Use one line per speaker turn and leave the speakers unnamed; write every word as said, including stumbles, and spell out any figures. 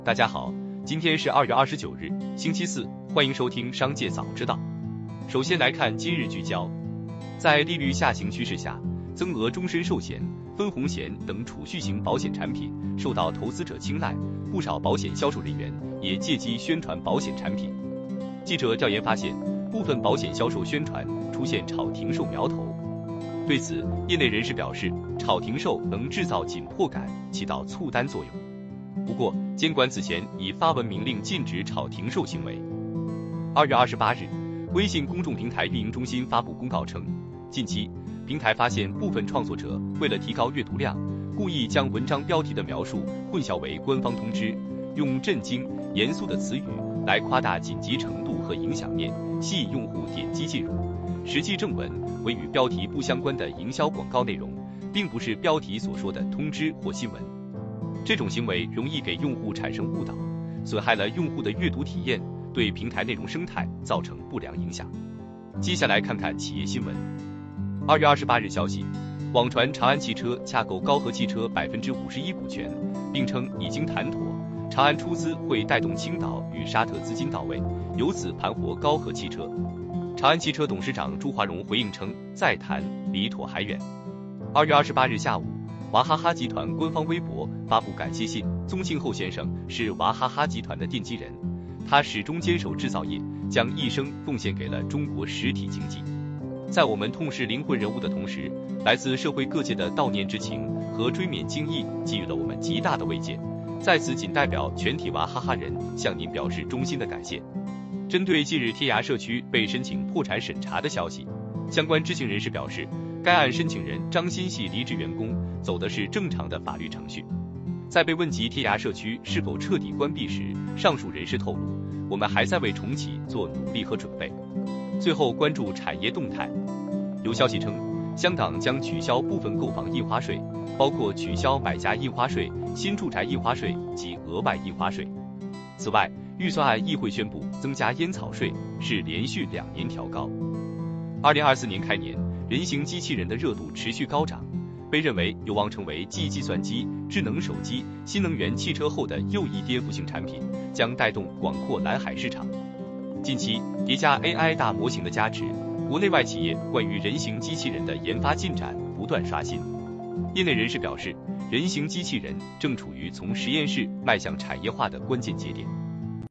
大家好，今天是二月二十九日，星期四，欢迎收听商界早知道。首先来看今日聚焦，在利率下行趋势下，增额终身寿险、分红险等储蓄型保险产品受到投资者青睐，不少保险销售人员也借机宣传保险产品。记者调研发现，部分保险销售宣传出现炒停售苗头。对此，业内人士表示，炒停售能制造紧迫感，起到促单作用。不过，监管此前已发文明令禁止炒停售行为。二月二十八日，微信公众平台运营中心发布公告称，近期平台发现部分创作者为了提高阅读量，故意将文章标题的描述混淆为官方通知，用震惊、严肃的词语来夸大紧急程度和影响面，吸引用户点击进入。实际正文为与标题不相关的营销广告内容，并不是标题所说的通知或新闻。这种行为容易给用户产生误导，损害了用户的阅读体验，对平台内容生态造成不良影响。接下来看看企业新闻。二月二十八日消息，网传长安汽车洽购高和汽车百分之五十一股权，并称已经谈妥，长安出资会带动青岛与沙特资金到位，由此盘活高和汽车。长安汽车董事长朱华荣回应称，再谈，离妥还远。二月二十八日下午，娃哈哈集团官方微博发布感谢信，宗庆后先生是娃哈哈集团的奠基人，他始终坚守制造业，将一生奉献给了中国实体经济。在我们痛失灵魂人物的同时，来自社会各界的悼念之情和追缅敬意给予了我们极大的慰藉，在此仅代表全体娃哈哈人向您表示衷心的感谢。针对近日天涯社区被申请破产审查的消息，相关知情人士表示，该案申请人张新系离职员工走的是正常的法律程序。在被问及天涯社区是否彻底关闭时，上述人士透露，我们还在为重启做努力和准备。最后关注产业动态，有消息称，香港将取消部分购房印花税，包括取消买家印花税、新住宅印花税及额外印花税。此外，预算案议会宣布增加烟草税，是连续两年调高。二零二四年开年，人形机器人的热度持续高涨，被认为有望成为继计算机、智能手机、新能源汽车后的又一颠覆性产品，将带动广阔蓝海市场。近期叠加 A I 大模型的加持，国内外企业关于人形机器人的研发进展不断刷新。业内人士表示，人形机器人正处于从实验室迈向产业化的关键节点。